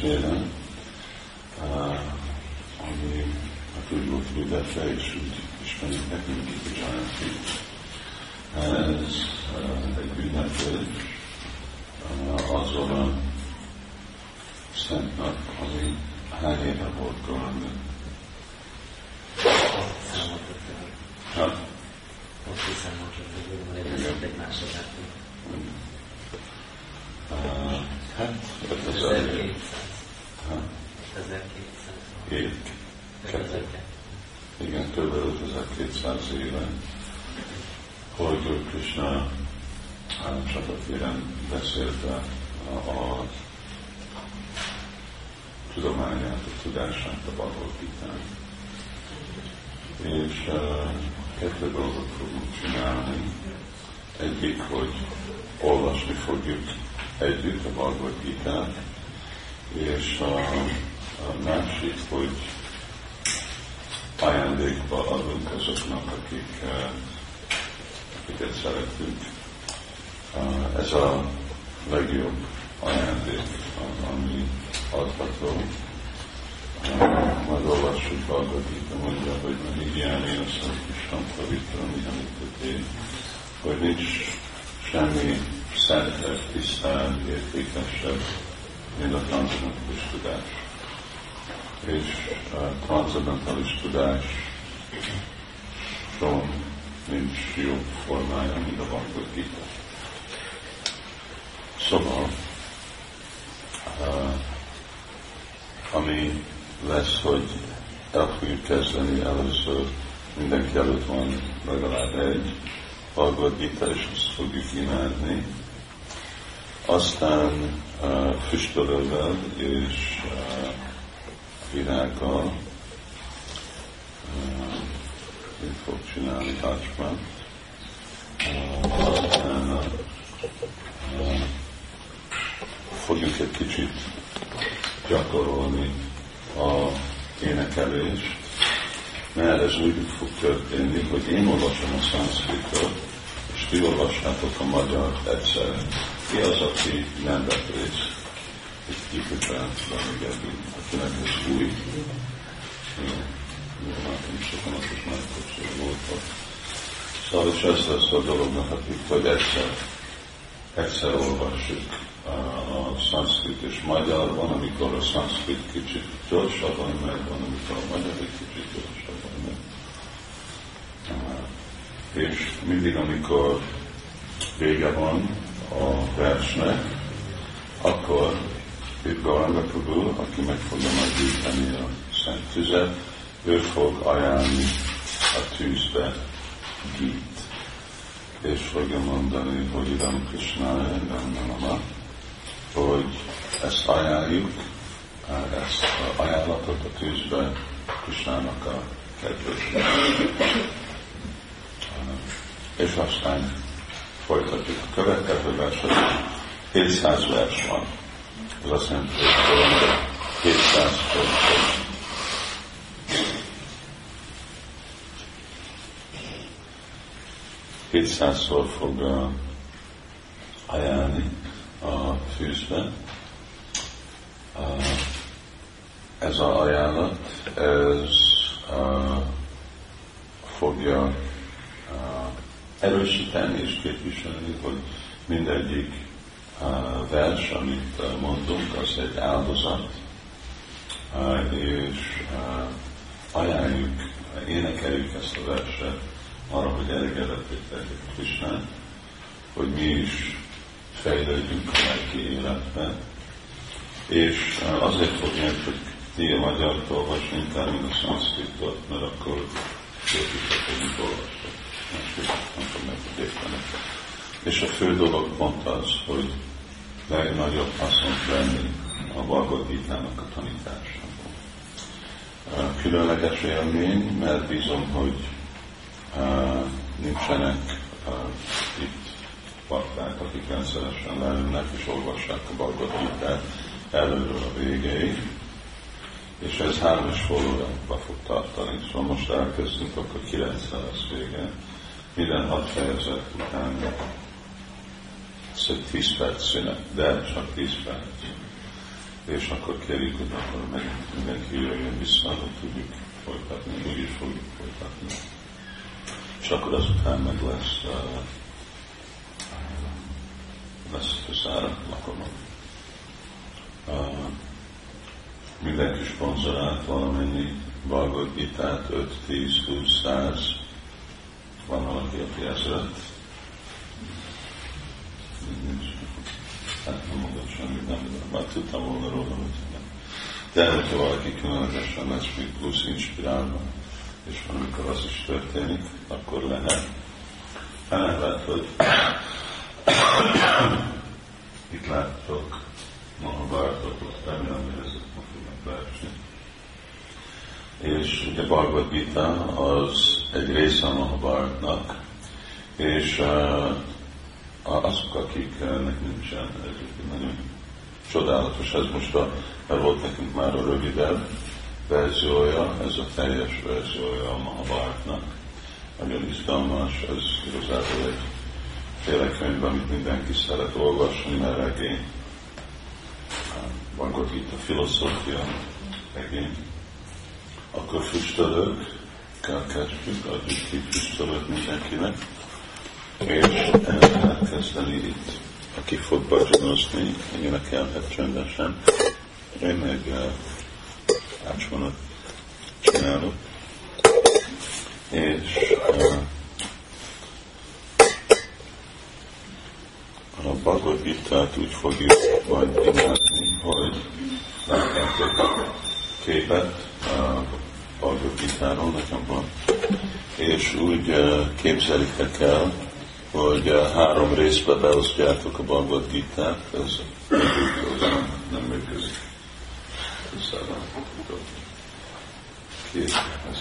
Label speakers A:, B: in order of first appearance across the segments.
A: eszmére, ami hát úgy volt üdvözle, és úgy Istennek mindig Jayanti. Ez egy ünnepés azon a szentnak, ami hány éve volt Gauranga.
B: Most hiszem, hogy egy másodát.
A: Hát,
B: 5200.
A: 5200. Igen, kb. 5200 éve, hogy Úr Krishna csatatéren beszélte a tudományát, a tudását, a Bhagavad Gitán. És kettő dolgot fogunk csinálni. Egyik, hogy olvasni fogjuk együtt a Bhagavad Gitát, és a másik, hogy ajándékba adunk azoknak, akiket szeretünk. Ez a legjobb ajándék, ami adható. Majd olvassuk Bhagavad Gita, mondja, hogy Manigyáni a Szent Isten Pavitra Mihamitaté, hogy nincs semmi szentebb, tisztább, értékesebb, mint a transzendentalis tudás. És a transzendentalis tudás soha nincs jobb formája, mint a Bhagavad Gita. Szóval, ami lesz, hogy el fogjuk kezdeni először, mindenki előtt van legalább egy Bhagavad Gita, és azt fogjuk imádni. Aztán füstölővel és virággal én fog csinálni Hajcsmát. Aztán fogjuk egy kicsit gyakorolni a énekelést, mert ez úgy fog történni, hogy én olvasom a szanszkritot, és ti olvassátok a magyar egyszerre. Ki az, aki nem vett részt? Egy kicsit még eddig, akinek ez új. Látom, sokan, akik már többször voltak. Szóval és ez lesz a dolognak, hogy egyszer olvassuk a szanszkrit és magyar, van, amikor a szanszkrit kicsit gyorsabban megy, van, amikor a magyar egy kicsit gyorsabban megy. És mindig, amikor vége van a versnek, akkor itt Gauranga Prabhu, aki meg fogja majd gyűjteni a szent tüzet, ő fog ajánlni a tűzbe gít. És fogja mondani, hogy Ram Krishnaya, Ram, hogy ezt ajánljuk, ezt az ajánlatot a tűzbe Krishnának a kedvésére. És aztán folytatjuk a következő verset. 700 vers van. Ez azt jelenti, hogy 700 vers. Hétszázszor fog ajánlni a fűzbe. Ez az ajánlat, ez fogja erősíteni és képviselni, hogy mindegyik vers, amit mondunk, az egy áldozat, és ajánljuk, énekeljük ezt a verset arra, hogy elégedették tegyük Krishnát, hogy mi is fejlődjünk a lelki életben, és azért fogják, hogy ti a magyart olvasni, inkább, mint a szanszkritot, mert akkor képviseltek, hogy olvastok. Nem fog megérteni. És a fő dolog pont az, hogy legnagyobb haszont venni a Bhagavad Gitának a tanítása. Különleges élmény, mert bízom, hogy nincsenek itt bakták, akik rendszeresen leülnek és olvassák a Bhagavad Gitát előről a végéig, és ez 3,5 órába fog tartani. Szóval most elkezdünk, akkor 9-re lesz vége. Minden 6 fejezet után ez egy 10 perc szünet, de csak 10 perc. és akkor kérjük, hogy akkor megint mindenki jöjjön vissza, hogy tudjuk folytatni, úgy is fogjuk folytatni. És akkor azután meg lesz Szára lakomon. Mindenki szponzorált valamennyi Bhagavad Gitát, 5, 10, 20, 100. Van valaki, aki ezret? Hát nem mondott semmit, nem, már tudtam volna róla, hogy nem. De hogyha valaki különlegesen lesz még plusz inspirálva, és amikor az is történik, akkor lehet. Lehet, hogy itt láttok Mahabharatot, remélem, hogy ezek ma fognak leesni. És ugye Bhagavad Gita az egy része a Mahabharatnak, és azok, akiknek nincsen, ez nagyon csodálatos. Ez most mert volt nekünk már a rövidebb verziója, ez a teljes verziója a Mahabharatnak. Nagyon izgalmas, ez igazából egy könyv, amit mindenki szeret olvasni, mert regény. Bhagavad Gita filozófia regény. Akkor füstölők, kell kezdjük, adjuk ki füstölők mindenkinek, és elkezdeni itt, aki fog bajanozni, énekelhet csöndesen. Én meg ácsvonat csinálok, és a Bhagavad Gitát úgy fogjuk majd imádni, hogy látjátok a képet a Bhagavad Gitáról, nekem van, és úgy képzelitek el, hogy 3 részbe beosztjátok a Bhagavad Gitát, ez nem működik. Két,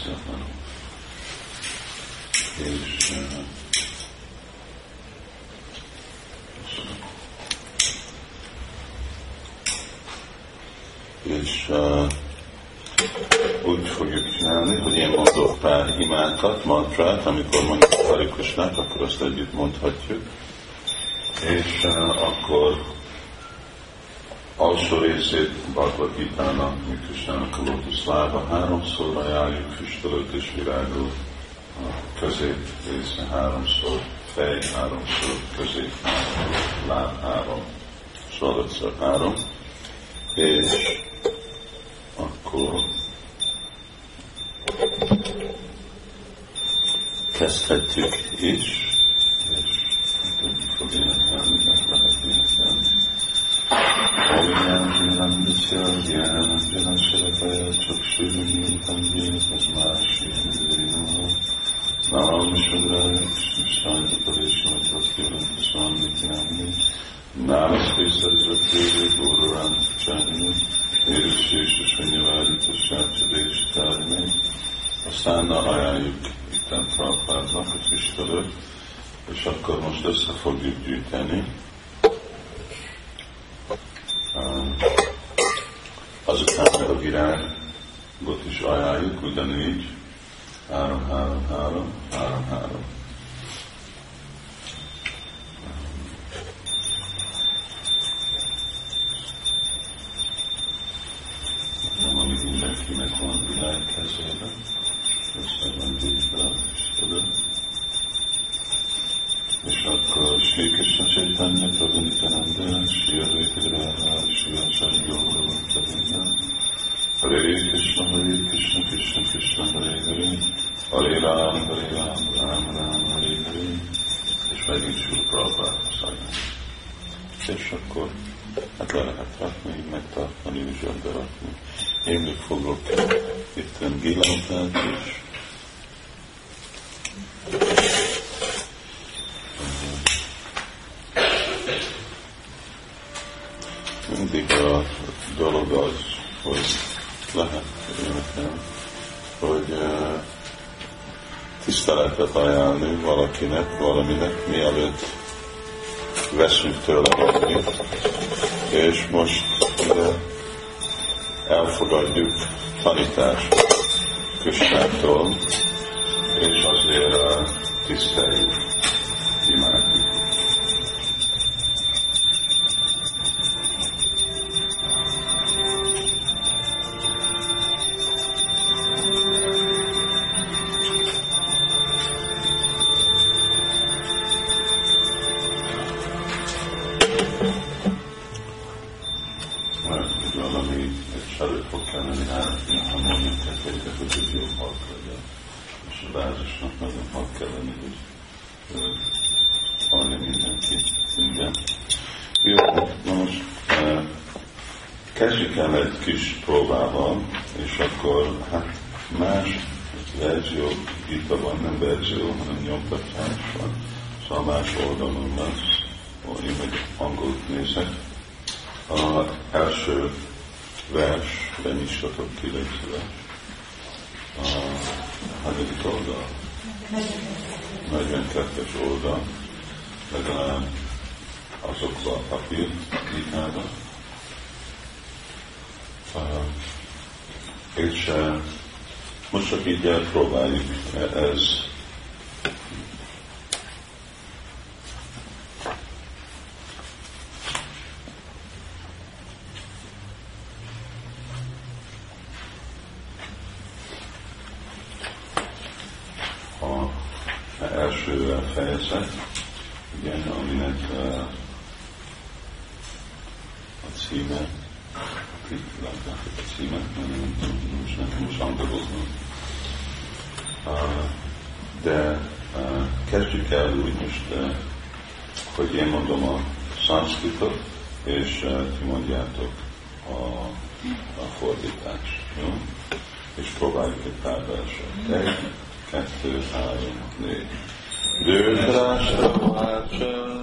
A: és úgy fogjuk csinálni, hogy én mondok pár imákat, mantrát, amikor mondjuk Hare Krishnát, akkor azt együtt mondhatjuk, és akkor alsó részét Bhagavad Gitának, Krisnának a lótuszlába 3-szor ajánljuk, füstölőt és virágot, a közép része 3-szor, fej 3-szor, közép 3-szor, láb 3, szóval 5x3, és akkor kezdhetjük is, és fog énekelni, meg lehet énekelni. Jelen Sarapaya Csaksúri Tangyénatmási Nám Sudraja Krishnányi Parismat Vakjavanta Swamityámi Námaszté Sarasvatévi Górorán Csányi Érőszés és Anyavárita Sácsadés Tármi. Aztán ajánljuk itten Prabhupádnak a füstölőt, és akkor most össze fogjuk gyűjteni. Azután meg a virágot is ajánljuk, ugyanígy 3, 3, 3, 3, 3. Nem, amit mindenkinek van virág kezében, össze van gyűjtve a füstölő. És akkor Sri Krishna Chaitanya Prabhu Nityananda, Sri Advaita Gadadhara, Sri Acharya Bhaktivinoda, Hare Krishna, Hare Krishna, Krishna Krishna, Hare Hare, Hare Ram, Hare Ram, Ram Ram, Hare Hare, és megint Sri Prabhupada szagnak. És akkor hát le lehet rakni, megtartani, és zsebbe rakni. Én még fogok itten gilántát is. Mindig a dolog az, hogy lehet énekelni, hogy tiszteletet ajánlni valakinek, valaminek, mielőtt veszünk tőle valamit, és most elfogadjuk tanítást Krishnától, és azért tiszteljük, imádjuk. kezdjük el egy kis próbával, és akkor hát más verzió, Gita van, nem verzió, hanem nyomtatás van. Szóval más oldalon lesz, én meg angolt nézek. Az első vers, benyissatok ki, légy szíves. A 7. oldal. 42-es oldal. Legalább azokba a papír Gitába. És most csak így próbáljuk, ez az első fejezet, igen, aminek a címe, itt látják a címet, most angolul. De kezdjük el úgy most, hogy én mondom a szanszkritot, és ti mondjátok a fordítást, jó? És próbáljuk egy pár verset. 1, 2, 3, 4. Dhritarashtra Uvacha